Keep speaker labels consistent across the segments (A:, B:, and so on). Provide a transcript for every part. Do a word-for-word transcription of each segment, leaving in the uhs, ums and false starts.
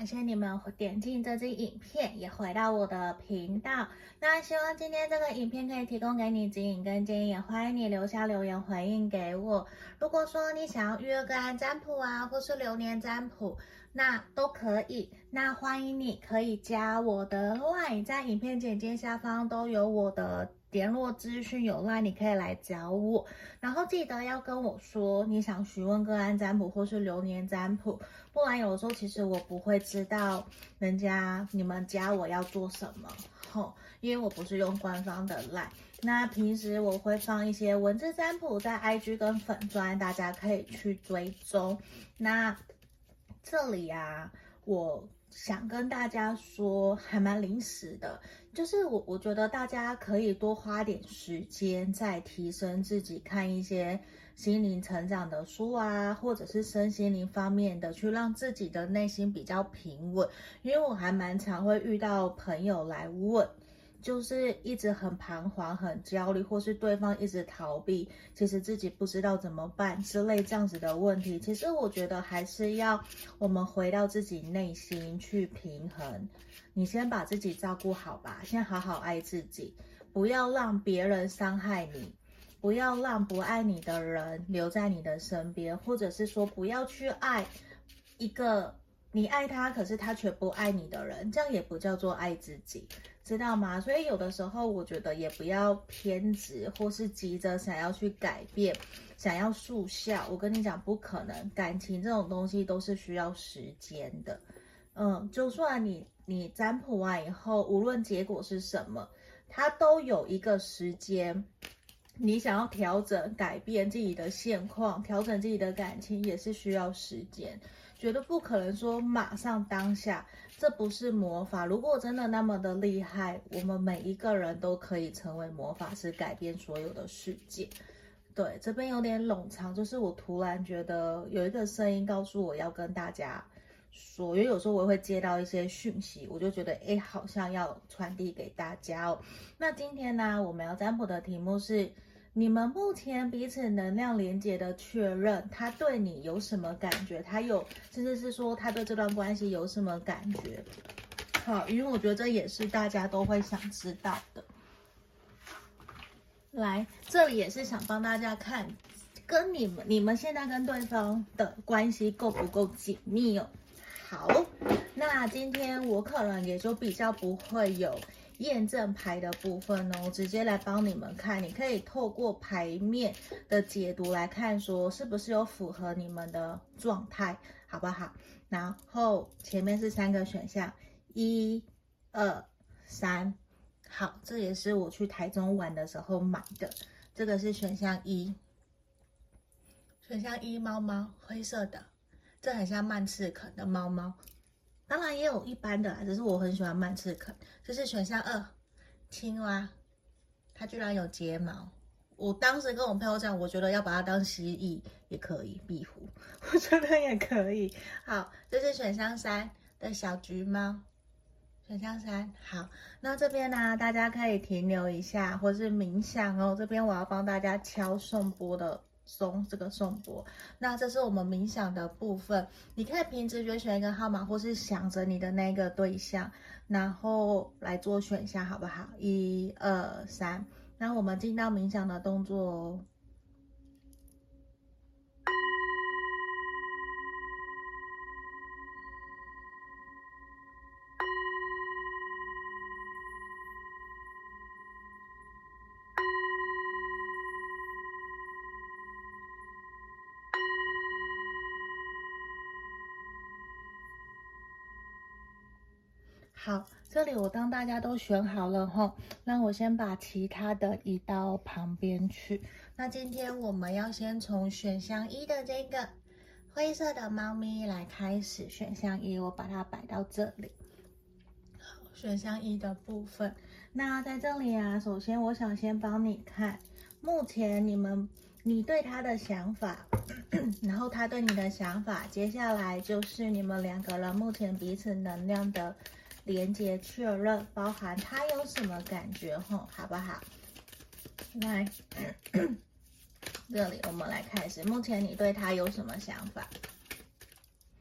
A: 感谢你们点进这支影片，也回到我的频道。那希望今天这个影片可以提供给你指引跟建议，也欢迎你留下留言回应给我。如果说你想要预约个案占卜啊，或是流年占卜，那都可以。那欢迎你可以加我的 LINE， 在影片简介下方都有我的联络资讯，有 LINE 你可以来找我。然后记得要跟我说你想询问个案占卜或是流年占卜，不然有的时候其实我不会知道人家你们加我要做什么，吼，因为我不是用官方的 LINE。那平时我会放一些文字占卜在 I G 跟粉专，大家可以去追踪。那这里啊，我想跟大家说，还蛮临时的，就是我我觉得大家可以多花点时间在提升自己，看一些心灵成长的书啊，或者是身心灵方面的，去让自己的内心比较平稳。因为我还蛮常会遇到朋友来问，就是一直很彷徨、很焦虑，或是对方一直逃避，其实自己不知道怎么办之类这样子的问题。其实我觉得还是要我们回到自己内心去平衡。你先把自己照顾好吧，先好好爱自己，不要让别人伤害你，不要让不爱你的人留在你的身边，或者是说不要去爱一个你爱他可是他却不爱你的人，这样也不叫做爱自己，知道吗？所以有的时候我觉得也不要偏执，或是急着想要去改变，想要速效。我跟你讲不可能，感情这种东西都是需要时间的。嗯，就算你你占卜完以后，无论结果是什么，它都有一个时间。你想要调整改变自己的现况，调整自己的感情也是需要时间，绝对不可能说马上当下，这不是魔法。如果真的那么的厉害，我们每一个人都可以成为魔法师，改变所有的世界。对，这边有点冗长，就是我突然觉得有一个声音告诉我要跟大家说，因为有时候我会接到一些讯息，我就觉得哎，好像要传递给大家哦。那今天呢，我们要占卜的题目是你们目前彼此能量连接的确认，他对你有什么感觉？他有，甚至是说他对这段关系有什么感觉？好，因为我觉得这也是大家都会想知道的。来，这里也是想帮大家看，跟你们你们现在跟对方的关系够不够紧密哦？好，那今天我可能也就比较不会有验证牌的部分哦，直接来帮你们看。你可以透过牌面的解读来看，说是不是有符合你们的状态，好不好？然后前面是三个选项，一、二、三。好，这也是我去台中玩的时候买的。这个是选项一，选项一猫猫，灰色的，这很像曼赤肯的猫猫。当然也有一般的啦，只是我很喜欢曼赤肯。这是选项二，青蛙，它居然有睫毛。我当时跟我朋友讲，我觉得要把它当蜥蜴也可以，壁虎，我觉得也可以。好，这是选项三的小橘猫。选项三，好，那这边呢，大家可以停留一下，或是冥想哦。这边我要帮大家敲颂钵的松，这个颂钵。那这是我们冥想的部分，你可以凭直觉选一个号码，或是想着你的那个对象，然后来做选项，好不好？一、二、三，那我们进到冥想的动作哦。好，这里我当大家都选好了哈，那我先把其他的移到旁边去。那今天我们要先从选项一的这个灰色的猫咪来开始。选项一，我把它摆到这里。好，选项一的部分，那在这里啊，首先我想先帮你看，目前你们你对他的想法，然后他对你的想法，接下来就是你们两个人目前彼此能量的连接确认，包含他有什么感觉吼，好不好？来，这里我们来开始，目前你对他有什么想法？等一下，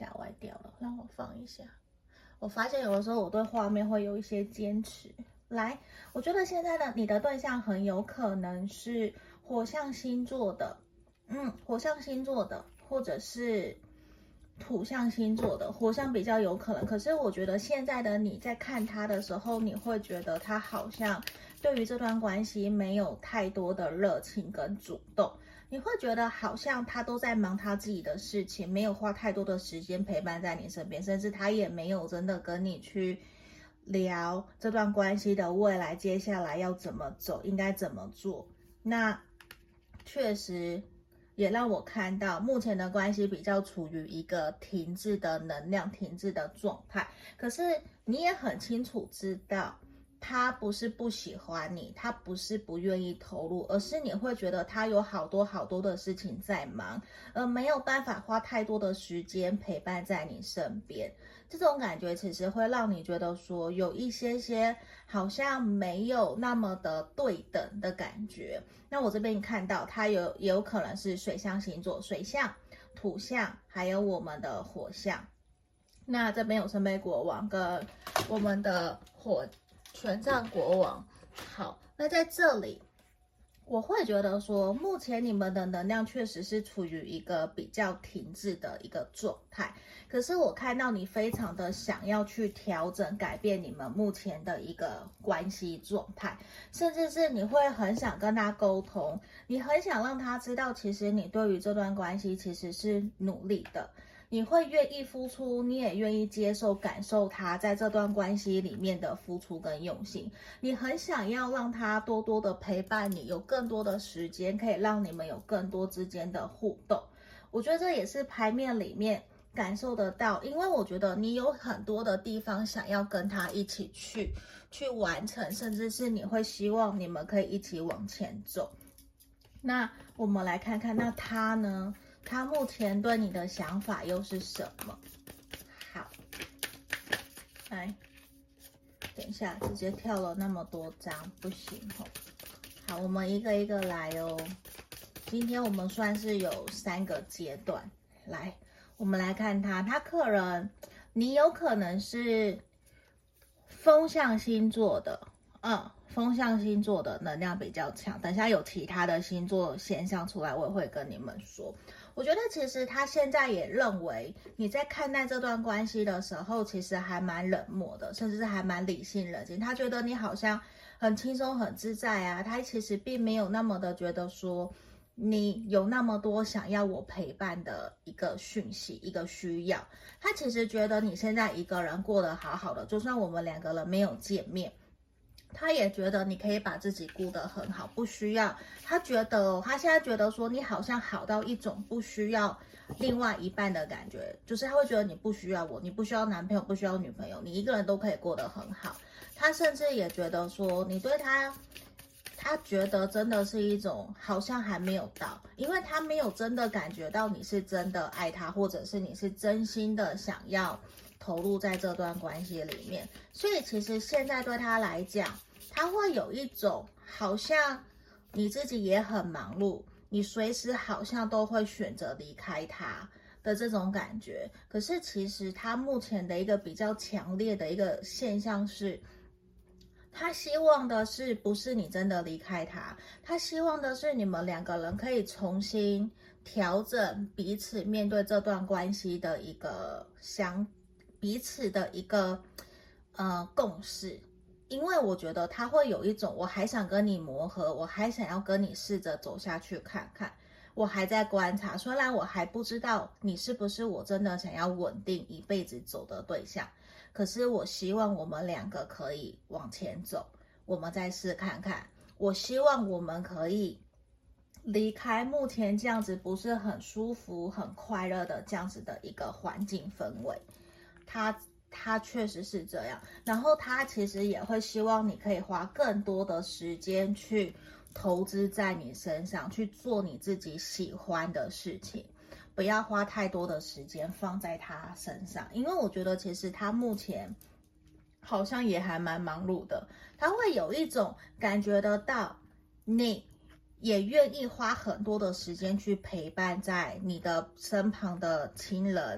A: 下歪掉了，让我放一下。我发现有的时候我对画面会有一些坚持。来，我觉得现在的你的对象很有可能是火象星座的，嗯，火象星座的，或者是土象星座的。火象比较有可能，可是我觉得现在的你在看他的时候，你会觉得他好像对于这段关系没有太多的热情跟主动。你会觉得好像他都在忙他自己的事情，没有花太多的时间陪伴在你身边，甚至他也没有真的跟你去聊这段关系的未来，接下来要怎么走，应该怎么做。那确实也让我看到目前的关系比较处于一个停滞的能量，停滞的状态。可是你也很清楚知道，他不是不喜欢你，他不是不愿意投入，而是你会觉得他有好多好多的事情在忙，而没有办法花太多的时间陪伴在你身边。这种感觉其实会让你觉得说有一些些好像没有那么的对等的感觉。那我这边看到他有也有可能是水象星座，水象、土象，还有我们的火象。那这边有圣杯国王跟我们的火权杖国王。好，那在这里我会觉得说，目前你们的能量确实是处于一个比较停滞的一个状态。可是我看到你非常的想要去调整、改变你们目前的一个关系状态，甚至是你会很想跟他沟通，你很想让他知道，其实你对于这段关系其实是努力的。你会愿意付出，你也愿意接受感受他在这段关系里面的付出跟用心。你很想要让他多多的陪伴你，有更多的时间可以让你们有更多之间的互动。我觉得这也是牌面里面感受得到，因为我觉得你有很多的地方想要跟他一起去去完成，甚至是你会希望你们可以一起往前走。那我们来看看，那他呢？他目前对你的想法又是什么？好，来，等一下，直接跳了那么多张，不行哦。好，我们一个一个来哦。今天我们算是有三个阶段，来，我们来看他，他可能你有可能是风象星座的，嗯。风象星座的能量比较强，等一下有其他的星座现象出来，我也会跟你们说。我觉得其实他现在也认为你在看待这段关系的时候，其实还蛮冷漠的，甚至是还蛮理性冷静。他觉得你好像很轻松很自在啊，他其实并没有那么的觉得说你有那么多想要我陪伴的一个讯息，一个需要。他其实觉得你现在一个人过得好好的，就算我们两个人没有见面，他也觉得你可以把自己顾得很好，不需要。他觉得他现在觉得说你好像好到一种不需要另外一半的感觉，就是他会觉得你不需要我，你不需要男朋友，不需要女朋友，你一个人都可以过得很好。他甚至也觉得说你对他，他觉得真的是一种好像还没有到，因为他没有真的感觉到你是真的爱他，或者是你是真心的想要投入在这段关系里面。所以其实现在对他来讲，他会有一种好像你自己也很忙碌，你随时好像都会选择离开他的这种感觉。可是其实他目前的一个比较强烈的一个现象是，他希望的是不是你真的离开他，他希望的是你们两个人可以重新调整彼此面对这段关系的一个相彼此的一个呃共识。因为我觉得他会有一种我还想跟你磨合，我还想要跟你试着走下去看看，我还在观察，虽然我还不知道你是不是我真的想要稳定一辈子走的对象，可是我希望我们两个可以往前走，我们再试看看。我希望我们可以离开目前这样子不是很舒服很快乐的这样子的一个环境氛围。他他确实是这样，然后他其实也会希望你可以花更多的时间去投资在你身上，去做你自己喜欢的事情，不要花太多的时间放在他身上。因为我觉得其实他目前好像也还蛮忙碌的，他会有一种感觉得到你也愿意花很多的时间去陪伴在你的身旁的亲人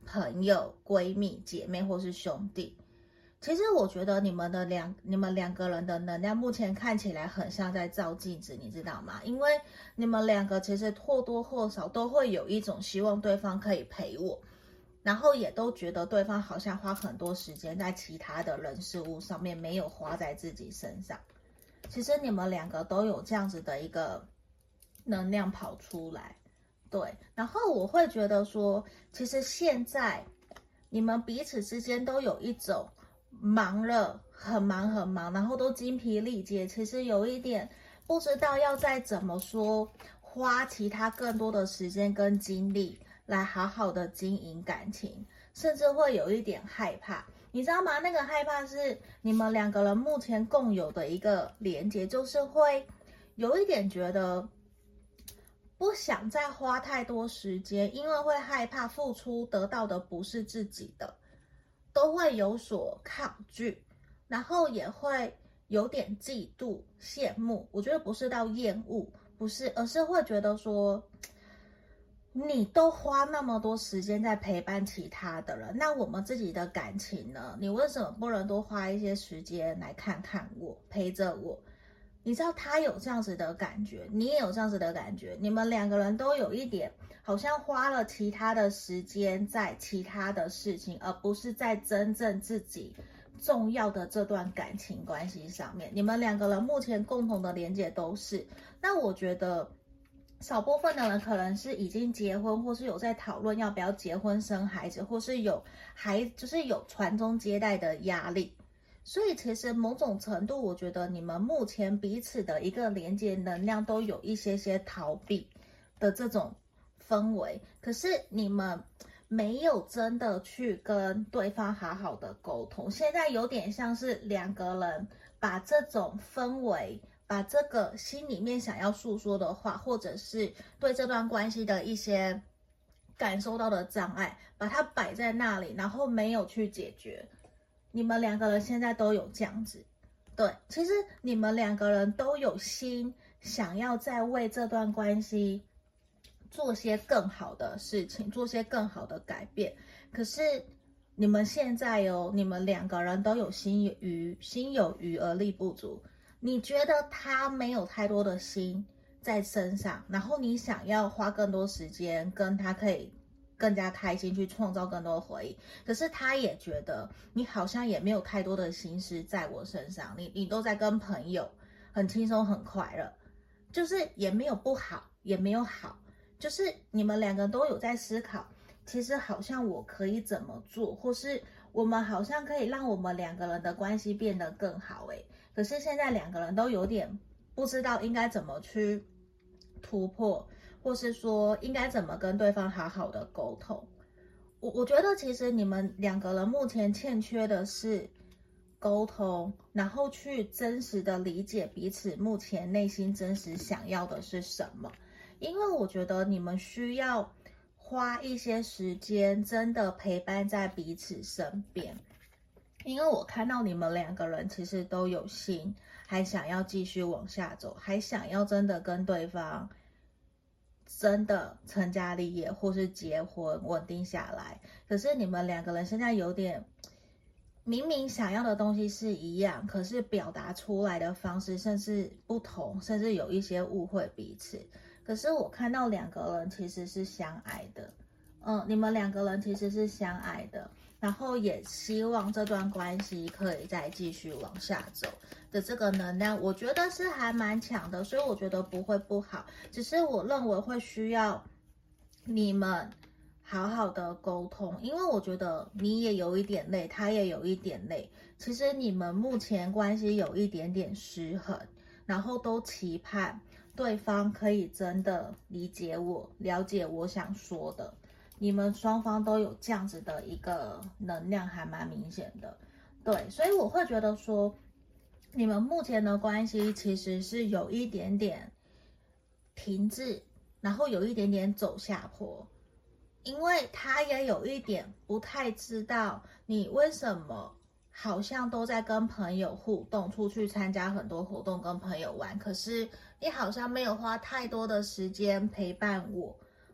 A: 朋友、闺蜜、姐妹或是兄弟。其实我觉得你们的两你们两个人的能量目前看起来很像在照镜子，你知道吗？因为你们两个其实或多或少都会有一种希望对方可以陪我，然后也都觉得对方好像花很多时间在其他的人事物上面，没有花在自己身上。其实你们两个都有这样子的一个能量跑出来，对。然后我会觉得说，其实现在你们彼此之间都有一种忙了，很忙很忙，然后都精疲力竭，其实有一点不知道要再怎么说，花其他更多的时间跟精力来好好的经营感情，甚至会有一点害怕。你知道吗？那个害怕是你们两个人目前共有的一个连结，就是会有一点觉得不想再花太多时间，因为会害怕付出得到的不是自己的，都会有所抗拒，然后也会有点嫉妒、羡慕。我觉得不是到厌恶，不是，而是会觉得说，你都花那么多时间在陪伴其他的人，那我们自己的感情呢？你为什么不能多花一些时间来看看我，陪着我？你知道他有这样子的感觉，你也有这样子的感觉，你们两个人都有一点好像花了其他的时间在其他的事情，而不是在真正自己重要的这段感情关系上面。你们两个人目前共同的连结都是，那我觉得少部分的人可能是已经结婚，或是有在讨论要不要结婚生孩子，或是有孩就是有传宗接代的压力。所以其实某种程度，我觉得你们目前彼此的一个连接能量都有一些些逃避的这种氛围，可是你们没有真的去跟对方好好的沟通，现在有点像是两个人把这种氛围，把这个心里面想要诉说的话，或者是对这段关系的一些感受到的障碍，把它摆在那里，然后没有去解决。你们两个人现在都有这样子，对，其实你们两个人都有心想要再为这段关系做些更好的事情，做些更好的改变。可是你们现在哦，你们两个人都有心有余，心有余而力不足。你觉得他没有太多的心在身上，然后你想要花更多时间跟他可以更加开心，去创造更多的回忆，可是他也觉得你好像也没有太多的心思在我身上，你你都在跟朋友很轻松很快乐，就是也没有不好，也没有好，就是你们两个都有在思考，其实好像我可以怎么做，或是我们好像可以让我们两个人的关系变得更好诶。可是现在两个人都有点不知道应该怎么去突破，或是说应该怎么跟对方好好的沟通。我我觉得其实你们两个人目前欠缺的是沟通，然后去真实的理解彼此目前内心真实想要的是什么。因为我觉得你们需要花一些时间真的陪伴在彼此身边，因为我看到你们两个人其实都有心，还想要继续往下走，还想要真的跟对方真的成家立业，或是结婚稳定下来。可是你们两个人现在有点明明想要的东西是一样，可是表达出来的方式甚至不同，甚至有一些误会彼此。可是我看到两个人其实是相爱的，嗯，你们两个人其实是相爱的，然后也希望这段关系可以再继续往下走的这个能量，我觉得是还蛮强的，所以我觉得不会不好，只是我认为会需要你们好好的沟通，因为我觉得你也有一点累，他也有一点累，其实你们目前关系有一点点失衡，然后都期盼对方可以真的理解我，了解我想说的。你们双方都有这样子的一个能量，还蛮明显的。对，所以我会觉得说，你们目前的关系其实是有一点点停滞，然后有一点点走下坡，因为他也有一点不太知道你为什么好像都在跟朋友互动，出去参加很多活动跟朋友玩，可是你好像没有花太多的时间陪伴我，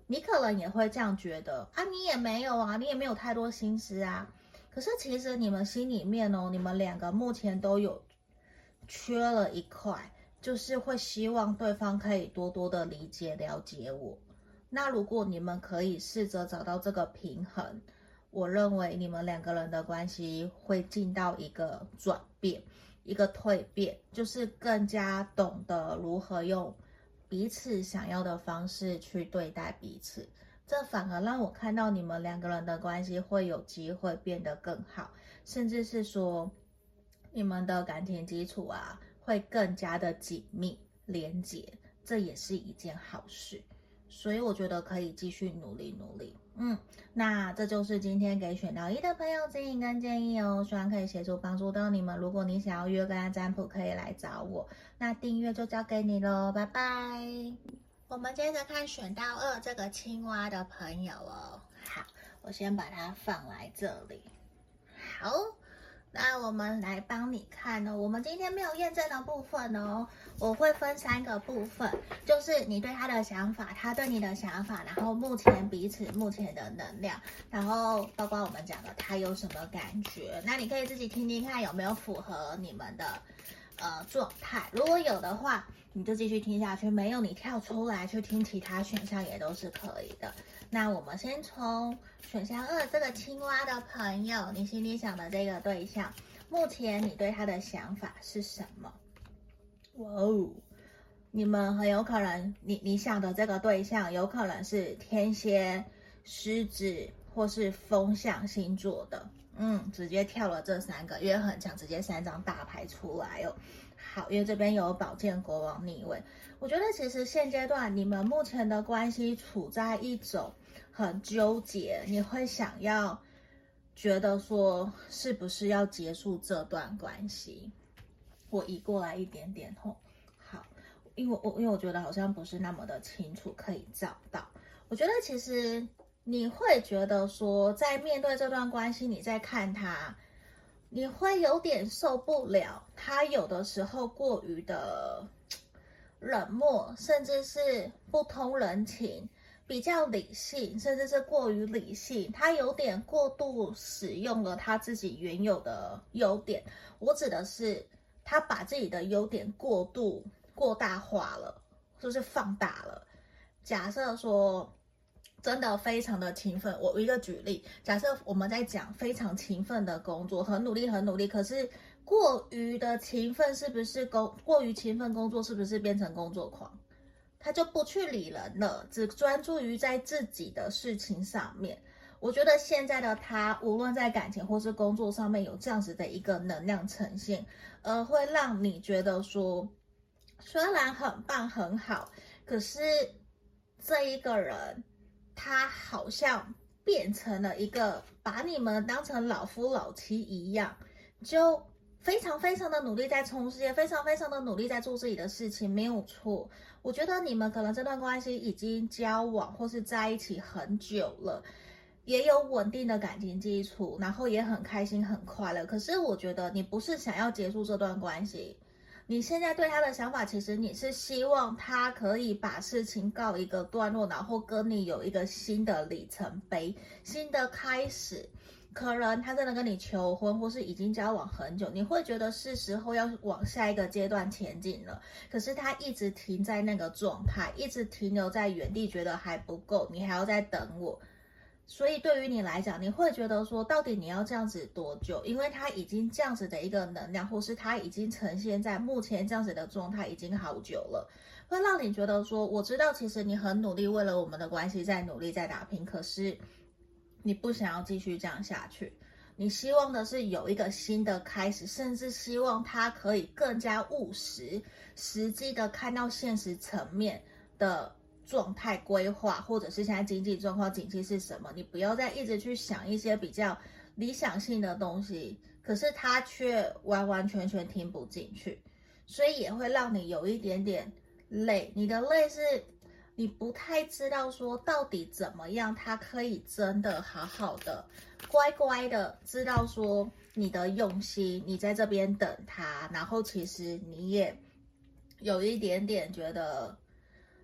A: 你可能也会这样觉得啊，你也没有啊，你也没有太多心思啊。可是其实你们心里面哦，你们两个目前都有缺了一块，就是会希望对方可以多多的理解了解我。那如果你们可以试着找到这个平衡，我认为你们两个人的关系会进到一个转变，一个蜕变，就是更加懂得如何用彼此想要的方式去对待彼此。这反而让我看到你们两个人的关系会有机会变得更好，甚至是说你们的感情基础啊会更加的紧密连结，这也是一件好事。所以我觉得可以继续努力努力。嗯，那这就是今天给选到一的朋友指引跟建议哦，希望可以协助帮助到你们。如果你想要约跟他占卜，可以来找我。那订阅就交给你咯，拜拜。我们接着看选到二这个青蛙的朋友哦。好，我先把它放来这里。好，那我们来帮你看哦。我们今天没有验证的部分哦，我会分三个部分，就是你对他的想法，他对你的想法，然后目前彼此目前的能量，然后包括我们讲的他有什么感觉。那你可以自己听听看有没有符合你们的呃状态，如果有的话，你就继续听下去；没有，你跳出来去听其他选项也都是可以的。那我们先从选项二这个青蛙的朋友，你心里想的这个对象，目前你对他的想法是什么？哇哦，你们很有可能，你你想的这个对象有可能是天蝎、狮子或是风象星座的。嗯，直接跳了这三个，因为很强，直接三张大牌出来哦。好，因为这边有宝剑国王逆位，我觉得其实现阶段你们目前的关系处在一种很纠结，你会想要觉得说是不是要结束这段关系？我移过来一点点吼，好，因为我因为我觉得好像不是那么的清楚，可以找到。我觉得其实你会觉得说，在面对这段关系，你在看他。你会有点受不了他有的时候过于的冷漠，甚至是不通人情，比较理性，甚至是过于理性，他有点过度使用了他自己原有的优点。我指的是他把自己的优点过度过大化了，就是放大了。假设说真的非常的勤奋，我一个举例，假设我们在讲非常勤奋的工作，很努力很努力，可是过于的勤奋是不是工过于勤奋工作是不是变成工作狂？他就不去理人了，只专注于在自己的事情上面。我觉得现在的他，无论在感情或是工作上面有这样子的一个能量呈现，呃，会让你觉得说，虽然很棒很好，可是这一个人。他好像变成了一个把你们当成老夫老妻一样，就非常非常的努力在冲事业，非常非常的努力在做自己的事情，没有错。我觉得你们可能这段关系已经交往或是在一起很久了，也有稳定的感情基础，然后也很开心很快乐。可是我觉得你不是想要结束这段关系。你现在对他的想法，其实你是希望他可以把事情告一个段落，然后跟你有一个新的里程碑、新的开始。可能他真的跟你求婚，或是已经交往很久，你会觉得是时候要往下一个阶段前进了。可是他一直停在那个状态，一直停留在原地，觉得还不够，你还要再等我。所以对于你来讲，你会觉得说，到底你要这样子多久？因为他已经这样子的一个能量，或是他已经呈现在目前这样子的状态已经好久了，会让你觉得说，我知道其实你很努力，为了我们的关系在努力在打拼，可是你不想要继续这样下去，你希望的是有一个新的开始，甚至希望他可以更加务实、实际的看到现实层面的状态规划，或者是现在经济状况景气是什么，你不要再一直去想一些比较理想性的东西，可是他却完完全全听不进去，所以也会让你有一点点累。你的累是你不太知道说到底怎么样他可以真的好好的乖乖的知道说你的用心，你在这边等他，然后其实你也有一点点觉得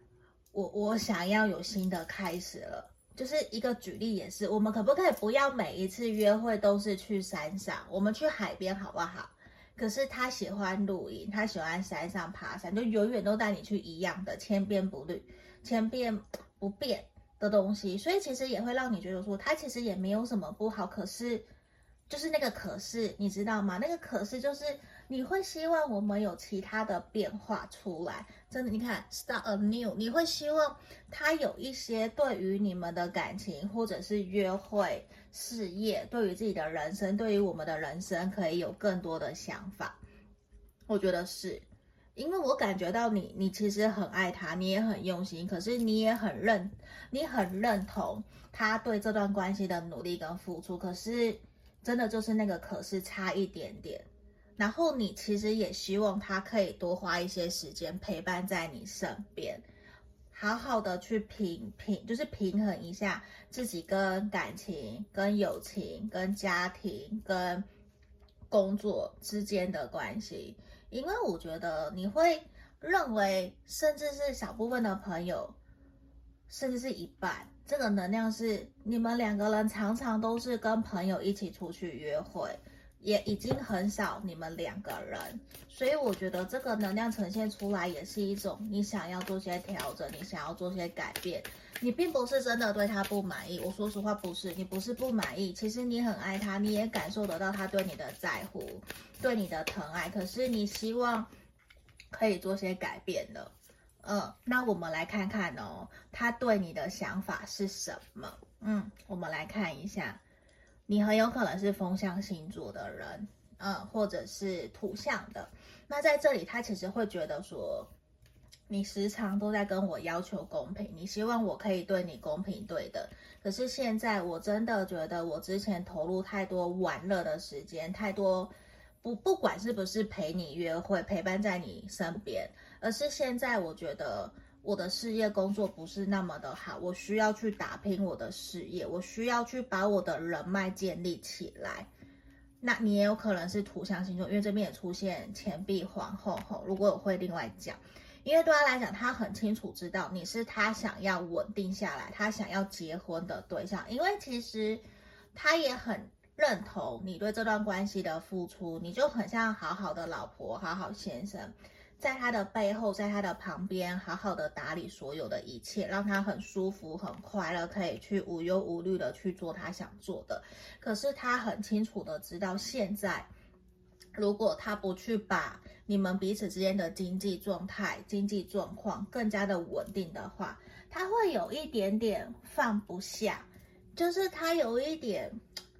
A: 我我想要有新的开始了。就是一个举例也是，我们可不可以不要每一次约会都是去山上，我们去海边好不好？可是他喜欢露营，他喜欢山上爬山，就永远都带你去一样的千变不绿、千变不变的东西，所以其实也会让你觉得说，他其实也没有什么不好。可是就是那个可是，你知道吗？那个可是就是你会希望我们有其他的变化出来。真的，你看 start anew， 你会希望他有一些对于你们的感情，或者是约会、事业，对于自己的人生，对于我们的人生，可以有更多的想法。我觉得是。因为我感觉到你，你其实很爱他，你也很用心，可是你也很认，你很认同他对这段关系的努力跟付出，可是真的就是那个可是差一点点。然后你其实也希望他可以多花一些时间陪伴在你身边，好好的去平平，就是平衡一下自己跟感情、跟友情、跟家庭、跟工作之间的关系。因为我觉得你会认为，甚至是小部分的朋友，甚至是一半，这个能量是你们两个人常常都是跟朋友一起出去约会，也已经很少你们两个人，所以我觉得这个能量呈现出来也是一种你想要做些调整，你想要做些改变，你并不是真的对他不满意。我说实话，不是，你不是不满意，其实你很爱他，你也感受得到他对你的在乎，对你的疼爱，可是你希望可以做些改变的。嗯，那我们来看看哦，他对你的想法是什么？嗯，我们来看一下，你很有可能是风象星座的人，嗯，或者是土象的。那在这里，他其实会觉得说，你时常都在跟我要求公平，你希望我可以对你公平对的。可是现在我真的觉得，我之前投入太多玩乐的时间，太多不不管是不是陪你约会，陪伴在你身边。而是现在我觉得我的事业工作不是那么的好，我需要去打拼我的事业，我需要去把我的人脉建立起来。那你也有可能是土象星座，因为这边也出现钱币皇后后，如果我会另外讲。因为对他来讲，他很清楚知道你是他想要稳定下来，他想要结婚的对象。因为其实他也很认同你对这段关系的付出，你就很像好好的老婆，好好先生，在他的背后，在他的旁边，好好的打理所有的一切，让他很舒服、很快乐，可以去无忧无虑的去做他想做的。可是他很清楚的知道，现在如果他不去把你们彼此之间的经济状态、经济状况更加的稳定的话，他会有一点点放不下，就是他有一点，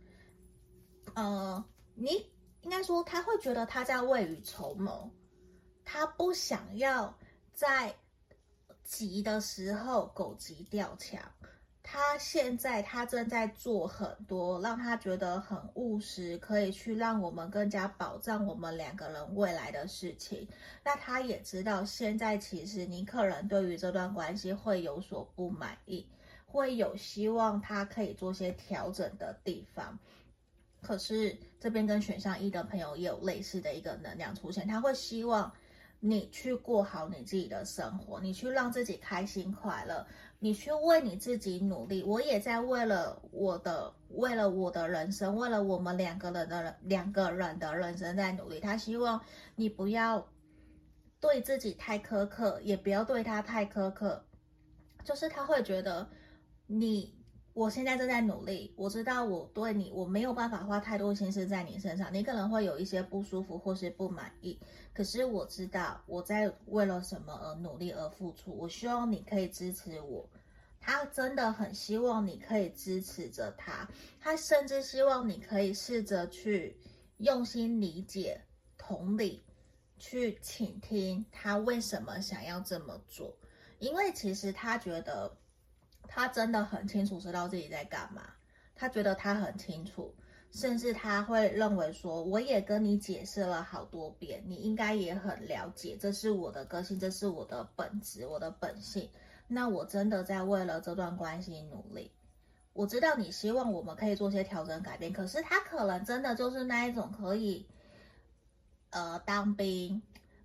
A: 呃，你应该说他会觉得他在未雨绸缪。他不想要在急的时候狗急跳墙，他现在他正在做很多让他觉得很务实，可以去让我们更加保障我们两个人未来的事情。那他也知道现在其实你可能对于这段关系会有所不满意，会有希望他可以做些调整的地方。可是这边跟选项一的朋友也有类似的一个能量出现，他会希望你去过好你自己的生活，你去让自己开心快乐，你去为你自己努力。我也在为了我的，为了我的人生，为了我们两个人的两个人的人生在努力。他希望你不要对自己太苛刻，也不要对他太苛刻，就是他会觉得你。我现在正在努力，我知道我对你，我没有办法花太多心思在你身上，你可能会有一些不舒服或是不满意，可是我知道我在为了什么而努力而付出，我希望你可以支持我。他真的很希望你可以支持着他，他甚至希望你可以试着去用心理解、同理，去倾听他为什么想要这么做，因为其实他觉得他真的很清楚知道自己在干嘛，他觉得他很清楚，甚至他会认为说，我也跟你解释了好多遍，你应该也很了解，这是我的个性，这是我的本质，我的本性。那我真的在为了这段关系努力。我知道你希望我们可以做些调整改变，可是他可能真的就是那一种可以，呃，当兵，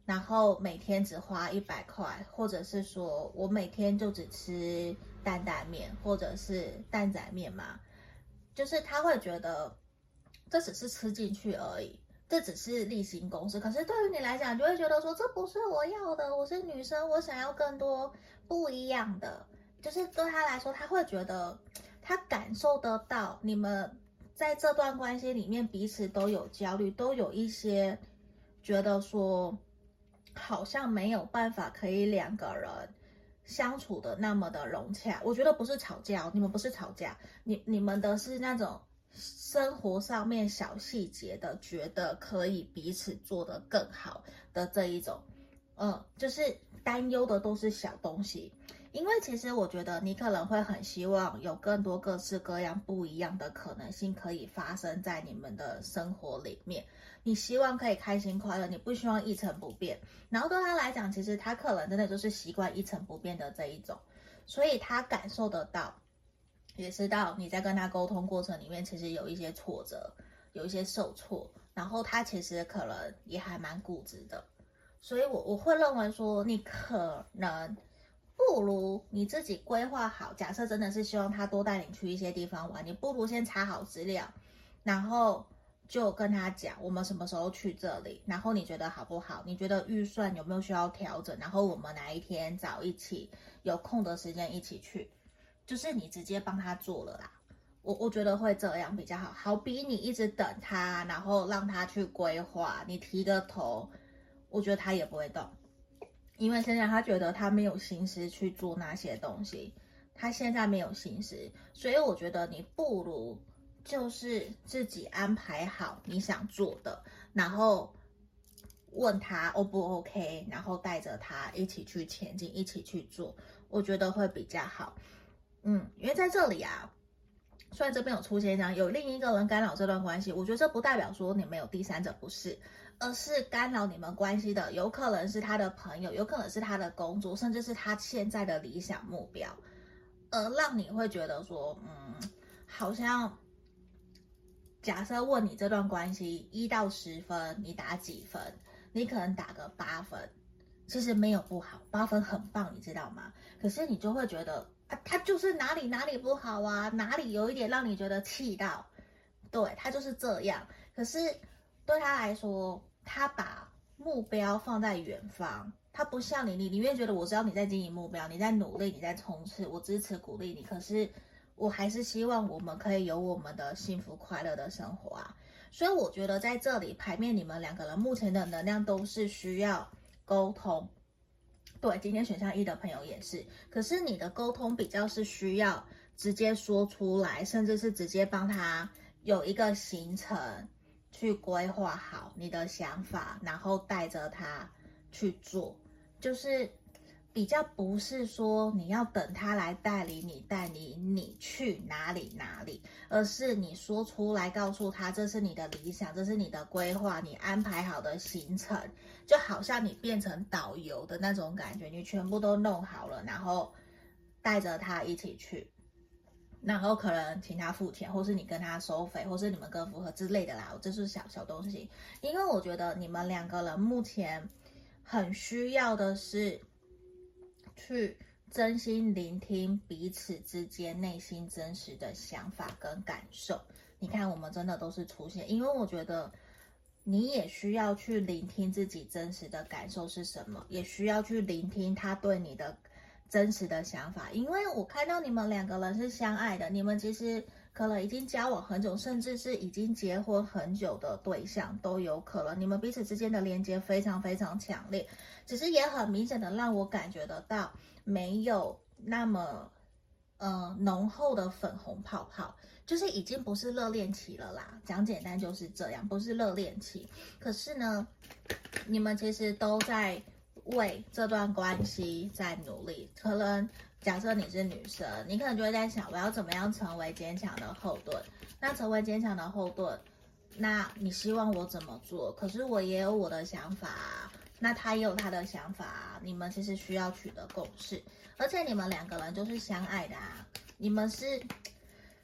A: 然后每天只花一百块，或者是说我每天就只吃担担面或者是担仔面嘛，就是他会觉得这只是吃进去而已，这只是例行公事。可是对于你来讲，就会觉得说这不是我要的，我是女生，我想要更多不一样的。就是对他来说，他会觉得他感受得到你们在这段关系里面彼此都有焦虑，都有一些觉得说好像没有办法可以两个人相处的那么的融洽。我觉得不是吵架，你们不是吵架，你你们的是那种生活上面小细节的，觉得可以彼此做得更好的这一种，嗯，就是担忧的都是小东西。因为其实我觉得你可能会很希望有更多各式各样不一样的可能性可以发生在你们的生活里面，你希望可以开心快乐，你不希望一成不变。然后对他来讲，其实他可能真的就是习惯一成不变的这一种，所以他感受得到，也知道你在跟他沟通过程里面其实有一些挫折，有一些受挫，然后他其实可能也还蛮固执的。所以我我会认为说，你可能不如你自己规划好，假设真的是希望他多带你去一些地方玩，你不如先查好资料，然后就跟他讲我们什么时候去这里，然后你觉得好不好，你觉得预算有没有需要调整，然后我们哪一天早一起有空的时间一起去，就是你直接帮他做了啦。我我觉得会这样比较好，好比你一直等他，然后让他去规划，你提个头，我觉得他也不会动。因为现在他觉得他没有心思去做那些东西，他现在没有心思，所以我觉得你不如就是自己安排好你想做的，然后问他 O 不 OK， 然后带着他一起去前进，一起去做，我觉得会比较好。嗯，因为在这里啊，虽然这边有出现这样有另一个人干扰这段关系，我觉得这不代表说你们有第三者，不是。而是干扰你们关系的，有可能是他的朋友，有可能是他的工作，甚至是他现在的理想目标，而让你会觉得说，嗯，好像假设问你这段关系一到十分，你打几分？你可能打个八分，其实没有不好，八分很棒，你知道吗？可是你就会觉得啊，他就是哪里哪里不好啊，哪里有一点让你觉得气到，对，他就是这样。可是对他来说，他把目标放在远方，他不像你，你宁愿觉得我知道你在经营目标，你在努力，你在冲刺，我支持鼓励你，可是我还是希望我们可以有我们的幸福快乐的生活啊。所以我觉得在这里牌面，你们两个人目前的能量都是需要沟通。对，今天选项一的朋友也是，可是你的沟通比较是需要直接说出来，甚至是直接帮他有一个行程。去规划好你的想法，然后带着他去做，就是比较不是说你要等他来带领你，带领你去哪里哪里，而是你说出来告诉他这是你的理想，这是你的规划，你安排好的行程，就好像你变成导游的那种感觉，你全部都弄好了，然后带着他一起去。然后可能请他付钱，或是你跟他收费，或是你们各付合之类的啦，这是小小东西。因为我觉得你们两个人目前很需要的是去真心聆听彼此之间内心真实的想法跟感受。你看，我们真的都是出现，因为我觉得你也需要去聆听自己真实的感受是什么，也需要去聆听他对你的真实的想法。因为我看到你们两个人是相爱的，你们其实可能已经交往很久，甚至是已经结婚很久的对象都有可能，你们彼此之间的连接非常非常强烈，只是也很明显的让我感觉得到没有那么呃浓厚的粉红泡泡，就是已经不是热恋期了啦，讲简单就是这样，不是热恋期。可是呢，你们其实都在为这段关系在努力。可能假设你是女生，你可能就会在想，我要怎么样成为坚强的后盾？那成为坚强的后盾，那你希望我怎么做？可是我也有我的想法啊，那他也有他的想法啊，你们其实需要取得共识。而且你们两个人就是相爱的啊，你们是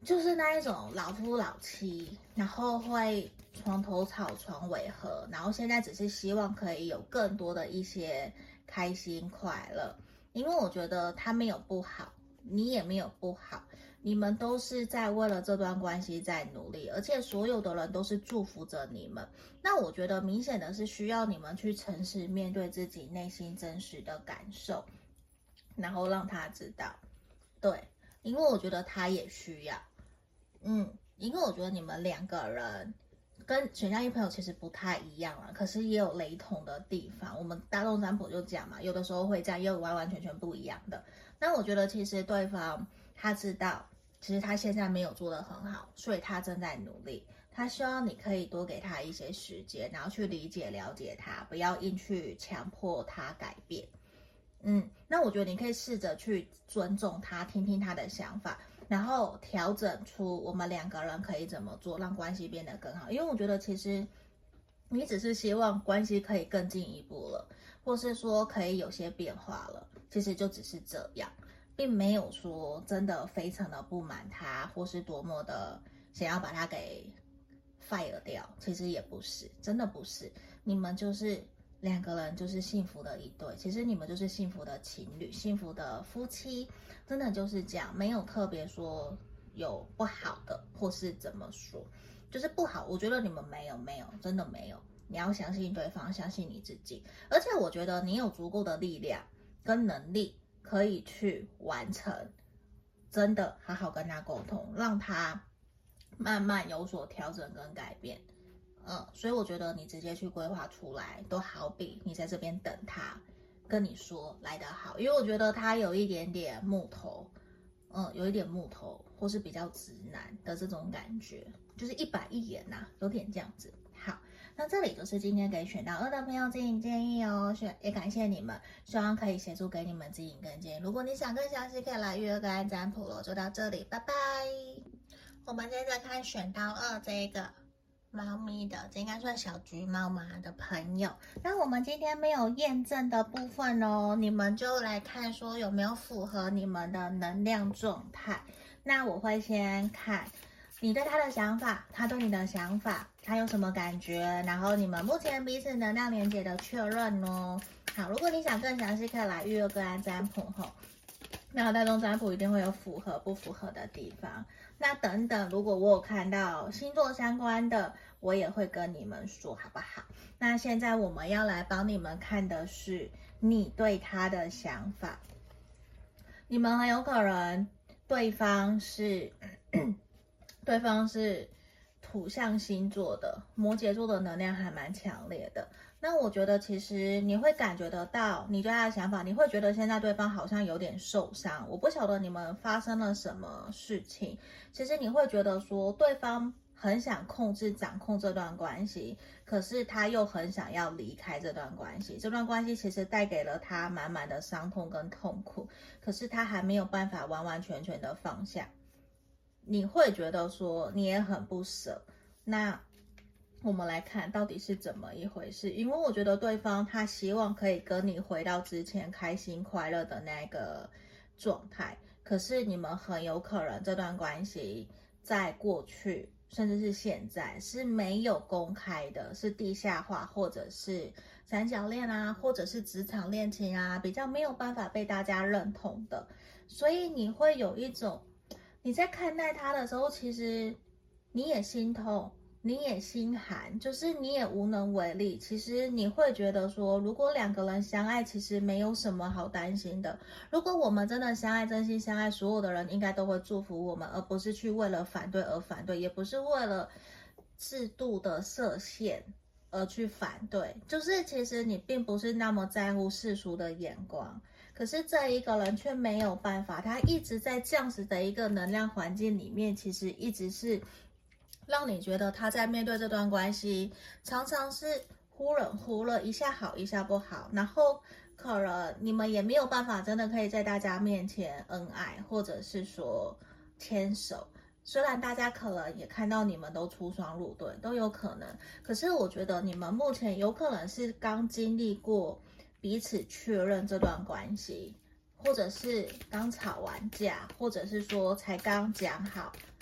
A: 就是那一种老夫老妻，然后会床头吵床尾和，然后现在只是希望可以有更多的一些开心快乐。因为我觉得他没有不好，你也没有不好，你们都是在为了这段关系在努力，而且所有的人都是祝福着你们。那我觉得明显的是需要你们去诚实面对自己内心真实的感受，然后让他知道。对，因为我觉得他也需要。嗯，因为我觉得你们两个人跟选项一朋友其实不太一样啊，可是也有雷同的地方。我们大众占卜就讲嘛，有的时候会这样，也有完完全全不一样的。那我觉得其实对方他知道，其实他现在没有做得很好，所以他正在努力。他希望你可以多给他一些时间，然后去理解了解他，不要硬去强迫他改变。嗯，那我觉得你可以试着去尊重他，听听他的想法，然后调整出我们两个人可以怎么做，让关系变得更好。因为我觉得其实你只是希望关系可以更进一步了，或是说可以有些变化了，其实就只是这样，并没有说真的非常的不满他，或是多么的想要把他给 fire 掉，其实也不是，真的不是。你们就是两个人就是幸福的一对，其实你们就是幸福的情侣，幸福的夫妻，真的就是这样，没有特别说有不好的，或是怎么说，就是不好，我觉得你们没有没有，真的没有。你要相信对方，相信你自己，而且我觉得你有足够的力量跟能力可以去完成，真的好好跟他沟通，让他慢慢有所调整跟改变。嗯，所以我觉得你直接去规划出来，都好比你在这边等他跟你说来得好，因为我觉得他有一点点木头，嗯，有一点木头，或是比较直男的这种感觉，就是一板一眼呐、啊，有点这样子。好，那这里就是今天给选到二的朋友指引建议哦，选也感谢你们，希望可以协助给你们指引跟建议。如果你想更详细，可以来预约个案占卜了。就到这里，拜拜。我们接着看选到二这个。猫咪的，这应该算小橘猫嘛的朋友。那我们今天没有验证的部分哦，你们就来看说有没有符合你们的能量状态。那我会先看你对他的想法，他对你的想法，他有什么感觉，然后你们目前彼此能量连接的确认哦。好，如果你想更详细，可以来预约个案占卜吼。那大众占卜一定会有符合不符合的地方。那等等，如果我有看到星座相关的，我也会跟你们说，好不好？那现在我们要来帮你们看的是你对他的想法。你们很有可能对方是对方是土象星座的，摩羯座的能量还蛮强烈的。那我觉得其实你会感觉得到你对他的想法，你会觉得现在对方好像有点受伤，我不晓得你们发生了什么事情。其实你会觉得说对方很想控制掌控这段关系，可是他又很想要离开这段关系，这段关系其实带给了他满满的伤痛跟痛苦，可是他还没有办法完完全全的放下。你会觉得说你也很不舍，那我们来看到底是怎么一回事。因为我觉得对方他希望可以跟你回到之前开心快乐的那个状态，可是你们很有可能这段关系在过去甚至是现在是没有公开的，是地下化，或者是三角恋啊，或者是职场恋情啊，比较没有办法被大家认同的。所以你会有一种你在看待他的时候，其实你也心痛，你也心寒，就是你也无能为力。其实你会觉得说，如果两个人相爱，其实没有什么好担心的。如果我们真的相爱，真心相爱，所有的人应该都会祝福我们，而不是去为了反对而反对，也不是为了制度的设限而去反对。就是其实你并不是那么在乎世俗的眼光。可是这一个人却没有办法，他一直在这样子的一个能量环境里面，其实一直是让你觉得他在面对这段关系，常常是忽冷忽热，一下好一下不好，然后可能你们也没有办法真的可以在大家面前恩爱，或者是说牵手。虽然大家可能也看到你们都出双入对，都有可能，可是我觉得你们目前有可能是刚经历过彼此确认这段关系，或者是刚吵完架，或者是说才刚讲好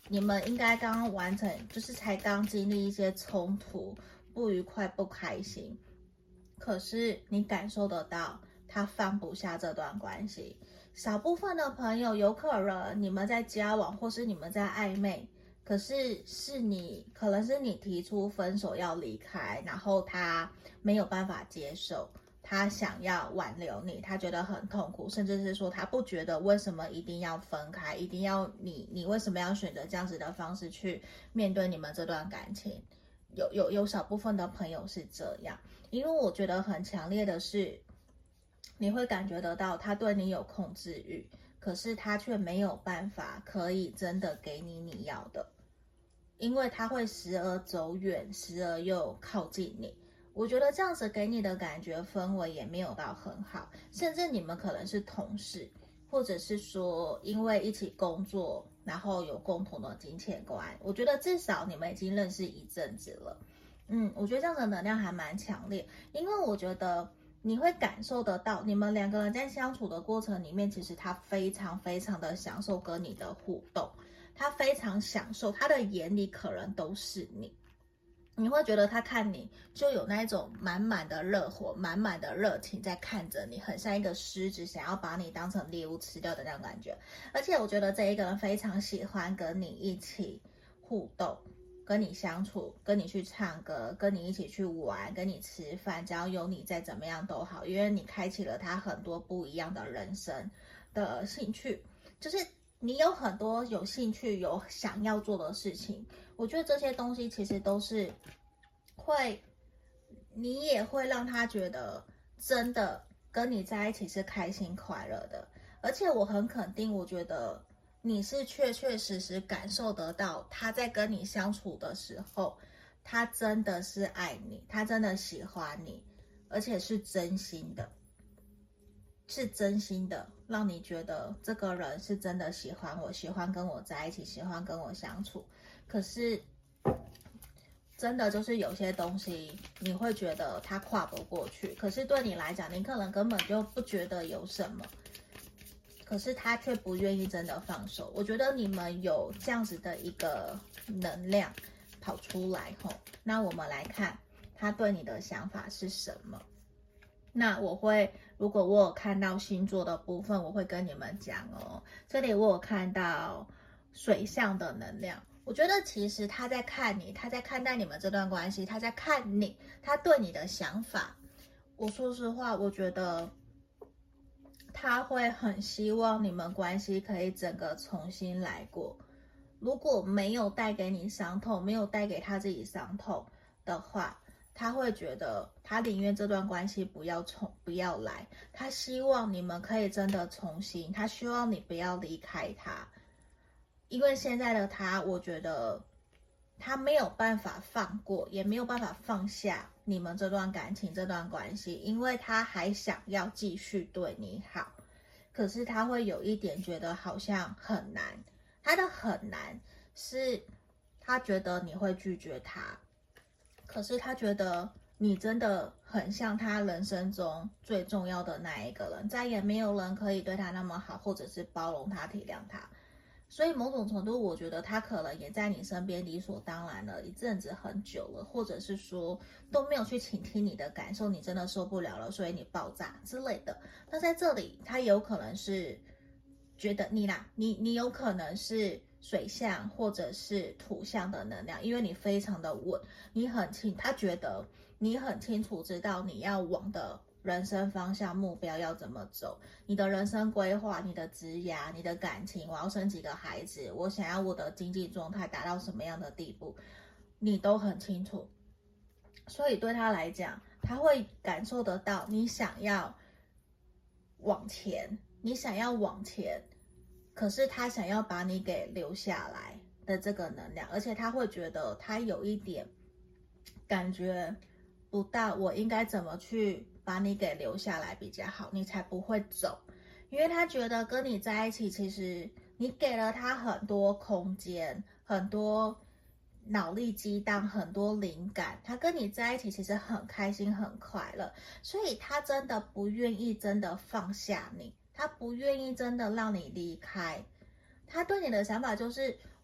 A: 你们应该刚刚完成，就是才刚经历一些冲突、不愉快、不开心，可是你感受得到他放不下这段关系。少部分的朋友有可能你们在交往或是你们在暧昧，可是是你可能是你提出分手要离开，然后他没有办法接受，他想要挽留你，他觉得很痛苦，甚至是说他不觉得为什么一定要分开，一定要你你为什么要选择这样子的方式去面对你们这段感情。有有有少部分的朋友是这样，因为我觉得很强烈的是，你会感觉得到他对你有控制欲，可是他却没有办法可以真的给你你要的，因为他会时而走远，时而又靠近你。我觉得这样子给你的感觉氛围也没有到很好，甚至你们可能是同事，或者是说因为一起工作，然后有共同的金钱观，我觉得至少你们已经认识一阵子了。嗯，我觉得这样的能量还蛮强烈，因为我觉得你会感受得到，你们两个人在相处的过程里面，其实他非常非常的享受跟你的互动，他非常享受，他的眼里可能都是你。你会觉得他看你就有那种满满的热火，满满的热情在看着你，很像一个狮子想要把你当成猎物吃掉的那种感觉。而且我觉得这一个人非常喜欢跟你一起互动，跟你相处，跟你去唱歌，跟你一起去玩，跟你吃饭，只要有你再怎么样都好，因为你开启了他很多不一样的人生的兴趣，就是你有很多有兴趣有想要做的事情，我觉得这些东西其实都是会，你也会让他觉得真的跟你在一起是开心快乐的。而且我很肯定，我觉得你是确确实实感受得到他在跟你相处的时候，他真的是爱你，他真的喜欢你，而且是真心的，是真心的，让你觉得这个人是真的喜欢我，喜欢跟我在一起，喜欢跟我相处。可是真的就是有些东西你会觉得他跨不过去，可是对你来讲，你可能根本就不觉得有什么，可是他却不愿意真的放手。我觉得你们有这样子的一个能量跑出来吼，那我们来看他对你的想法是什么。那我会，如果我有看到星座的部分，我会跟你们讲哦。这里我有看到水象的能量，我觉得其实他在看你，他在看待你们这段关系，他在看你，他对你的想法。我说实话，我觉得他会很希望你们关系可以整个重新来过。如果没有带给你伤痛，没有带给他自己伤痛的话，他会觉得他宁愿这段关系不要重不要来，他希望你们可以真的重新，他希望你不要离开他。因为现在的他，我觉得他没有办法放过，也没有办法放下你们这段感情这段关系，因为他还想要继续对你好，可是他会有一点觉得好像很难。他的很难是他觉得你会拒绝他，可是他觉得你真的很像他人生中最重要的那一个人，再也没有人可以对他那么好，或者是包容他、体谅他。所以某种程度，我觉得他可能也在你身边理所当然了一阵子很久了，或者是说都没有去倾听你的感受，你真的受不了了，所以你爆炸之类的。那在这里，他有可能是觉得你啦，你你有可能是水象或者是土象的能量，因为你非常的稳，你很清，他觉得你很清楚知道你要往的人生方向目标要怎么走，你的人生规划，你的职涯，你的感情，我要生几个孩子，我想要我的经济状态达到什么样的地步，你都很清楚。所以对他来讲，他会感受得到你想要往前，你想要往前，可是他想要把你给留下来的这个能量，而且他会觉得他有一点感觉不到我应该怎么去把你给留下来比较好，你才不会走。因为他觉得跟你在一起，其实你给了他很多空间，很多脑力激荡，很多灵感，他跟你在一起其实很开心很快乐，所以他真的不愿意真的放下你，他不愿意真的让你离开。他对你的想法就是，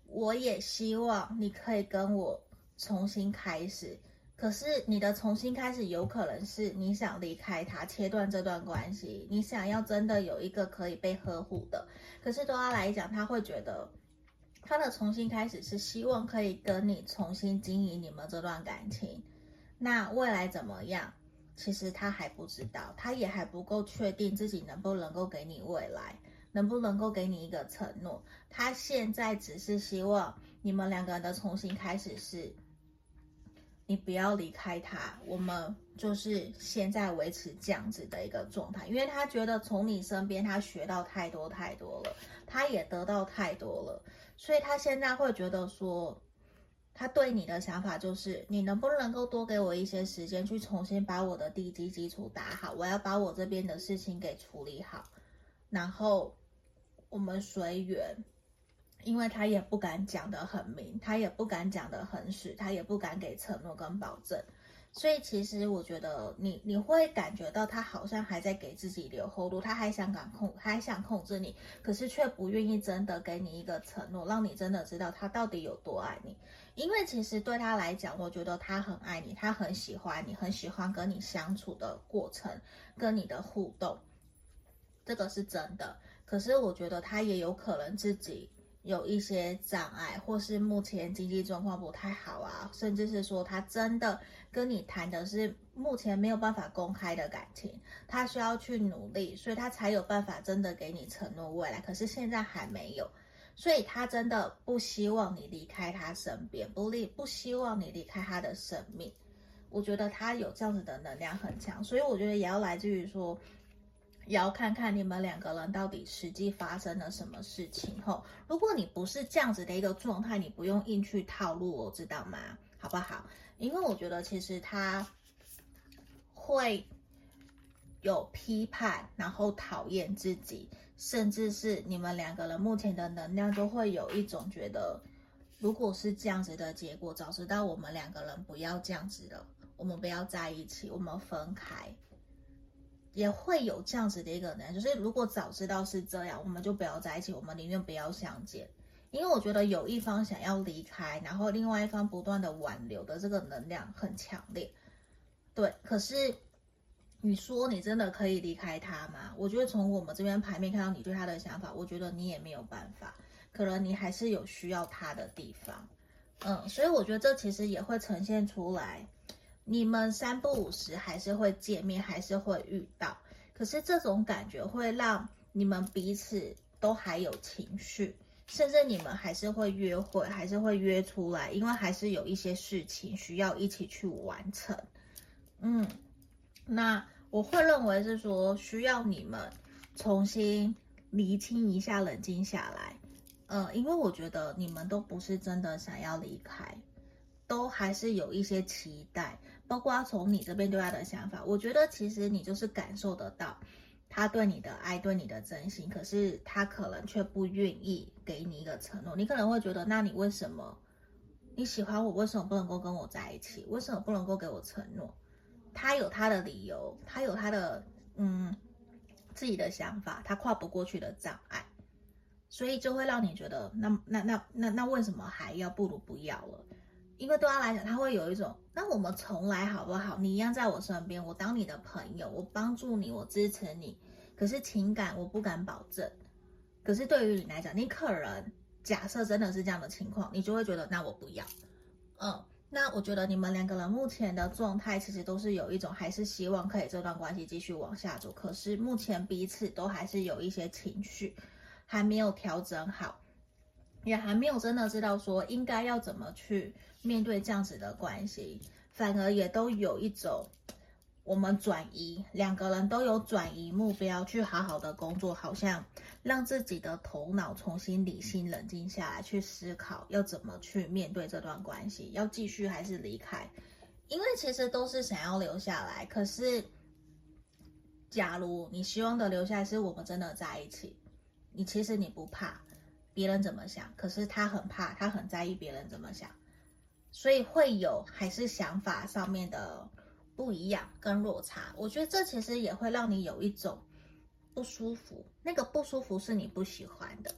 A: 我也希望你可以跟我重新开始。可是你的重新开始有可能是你想离开他，切断这段关系，你想要真的有一个可以被呵护的。可是对他来讲，他会觉得他的重新开始是希望可以跟你重新经营你们这段感情。那未来怎么样？其实他还不知道，他也还不够确定自己能不能够给你未来，能不能够给你一个承诺。他现在只是希望你们两个人的重新开始是，你不要离开他，我们就是现在维持这样子的一个状态。因为他觉得从你身边他学到太多太多了，他也得到太多了，所以他现在会觉得说，他对你的想法就是，你能不能够多给我一些时间去重新把我的地基基础打好，我要把我这边的事情给处理好，然后我们随缘。因为他也不敢讲得很明，他也不敢讲得很死，他也不敢给承诺跟保证。所以其实我觉得你你会感觉到他好像还在给自己留后路，他还想管控，还想控制你，可是却不愿意真的给你一个承诺，让你真的知道他到底有多爱你。因为其实对他来讲，我觉得他很爱你，他很喜欢你，很喜欢跟你相处的过程，跟你的互动，这个是真的。可是我觉得他也有可能自己有一些障碍，或是目前经济状况不太好啊，甚至是说他真的跟你谈的是目前没有办法公开的感情，他需要去努力，所以他才有办法真的给你承诺未来，可是现在还没有，所以他真的不希望你离开他身边，不离不希望你离开他的生命。我觉得他有这样子的能量很强，所以我觉得也要来自于说，也要看看你们两个人到底实际发生了什么事情后。如果你不是这样子的一个状态，你不用硬去套路我，知道吗？好不好？因为我觉得其实他会有批判，然后讨厌自己，甚至是你们两个人目前的能量都会有一种觉得，如果是这样子的结果，早知道我们两个人不要这样子了，我们不要在一起，我们分开。也会有这样子的一个能量，就是如果早知道是这样，我们就不要在一起，我们宁愿不要相见。因为我觉得有一方想要离开，然后另外一方不断的挽留的这个能量很强烈。对，可是你说你真的可以离开他吗？我觉得从我们这边牌面看到你对他的想法，我觉得你也没有办法，可能你还是有需要他的地方。嗯，所以我觉得这其实也会呈现出来，你们三不五时还是会见面，还是会遇到，可是这种感觉会让你们彼此都还有情绪，甚至你们还是会约会，还是会约出来，因为还是有一些事情需要一起去完成。嗯，那我会认为是说需要你们重新厘清一下，冷静下来。呃，因为我觉得你们都不是真的想要离开，都还是有一些期待，包括从你这边对他的想法，我觉得其实你就是感受得到他对你的爱，对你的真心，可是他可能却不愿意给你一个承诺。你可能会觉得，那你为什么你喜欢我，为什么不能够跟我在一起？为什么不能够给我承诺？他有他的理由，他有他的嗯自己的想法，他跨不过去的障碍，所以就会让你觉得，那那那那那为什么还要？不如不要了。因为对他来讲，他会有一种，那我们重来好不好？你一样在我身边，我当你的朋友，我帮助你，我支持你。可是情感我不敢保证。可是对于你来讲，你可能假设真的是这样的情况，你就会觉得，那我不要。嗯，那我觉得你们两个人目前的状态，其实都是有一种还是希望可以这段关系继续往下走。可是目前彼此都还是有一些情绪，还没有调整好。也还没有真的知道说应该要怎么去面对这样子的关系，反而也都有一种我们转移，两个人都有转移目标，去好好的工作，好像让自己的头脑重新理性冷静下来，去思考要怎么去面对这段关系，要继续还是离开。因为其实都是想要留下来，可是假如你希望的留下来是我们真的在一起，你其实你不怕别人怎么想，可是他很怕，他很在意别人怎么想，所以会有还是想法上面的不一样跟落差。我觉得这其实也会让你有一种不舒服，那个不舒服是你不喜欢的，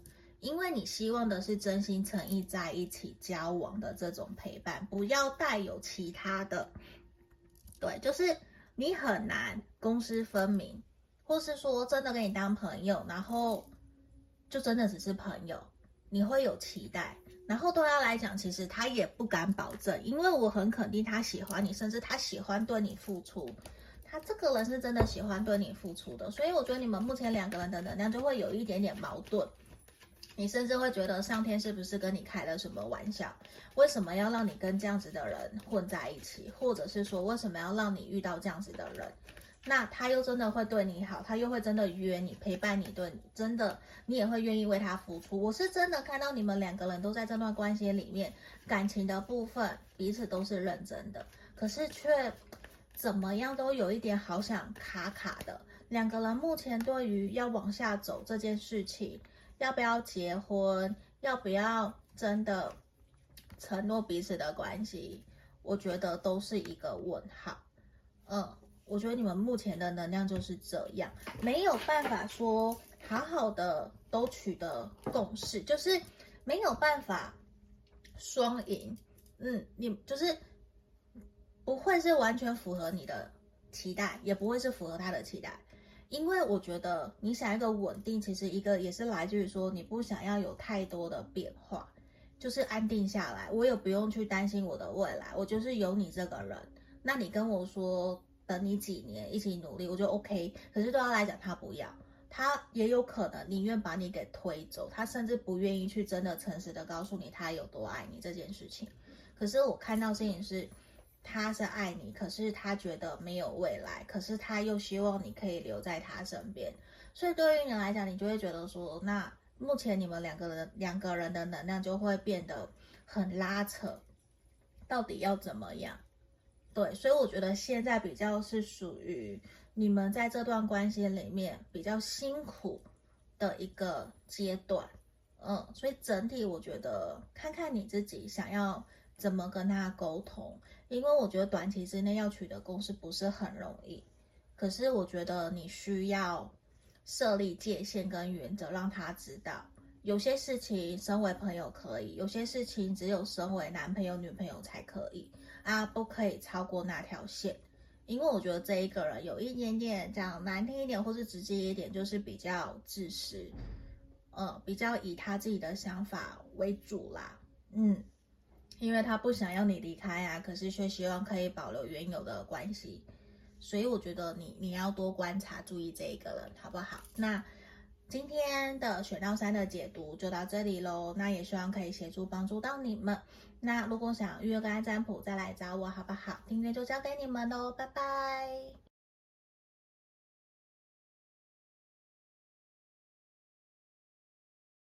A: 因为你希望的是真心诚意在一起交往的这种陪伴，不要带有其他的。对，就是你很难公私分明，或是说真的跟你当朋友，然后就真的只是朋友，你会有期待。然后对他来讲，其实他也不敢保证，因为我很肯定他喜欢你，甚至他喜欢对你付出。他这个人是真的喜欢对你付出的，所以我觉得你们目前两个人的能量就会有一点点矛盾。你甚至会觉得上天是不是跟你开了什么玩笑？为什么要让你跟这样子的人混在一起？或者是说为什么要让你遇到这样子的人？那他又真的会对你好，他又会真的约你陪伴你，对你真的你也会愿意为他付出。我是真的看到你们两个人都在这段关系里面，感情的部分彼此都是认真的，可是却怎么样都有一点好想卡卡的。两个人目前对于要往下走这件事情，要不要结婚，要不要真的承诺彼此的关系，我觉得都是一个问号。嗯，我觉得你们目前的能量就是这样，没有办法说好好的都取得共识，就是没有办法双赢。嗯，你就是不会是完全符合你的期待，也不会是符合他的期待。因为我觉得你想一个稳定，其实一个也是来自于说你不想要有太多的变化，就是安定下来，我也不用去担心我的未来，我就是有你这个人。那你跟我说等你几年一起努力，我就 OK。可是对他来讲，他不要，他也有可能宁愿把你给推走，他甚至不愿意去真的诚实的告诉你他有多爱你这件事情。可是我看到事情是，他是爱你，可是他觉得没有未来，可是他又希望你可以留在他身边。所以对于你来讲，你就会觉得说，那目前你们两个人两个人的能量就会变得很拉扯，到底要怎么样？对，所以我觉得现在比较是属于你们在这段关系里面比较辛苦的一个阶段。嗯，所以整体我觉得看看你自己想要怎么跟他沟通，因为我觉得短期之内要取得共识不是很容易。可是我觉得你需要设立界限跟原则，让他知道有些事情身为朋友可以，有些事情只有身为男朋友女朋友才可以啊，不可以超过那条线。因为我觉得这一个人有一点点讲难听一点或是直接一点，就是比较自私，呃，比较以他自己的想法为主啦。嗯，因为他不想要你离开啊，可是却希望可以保留原有的关系。所以我觉得你你要多观察注意这一个人好不好？那今天的选到三的解读就到这里咯，那也希望可以协助帮助到你们。那如果想预约个案占卜再来找我好不好？订阅就交给你们咯，拜拜。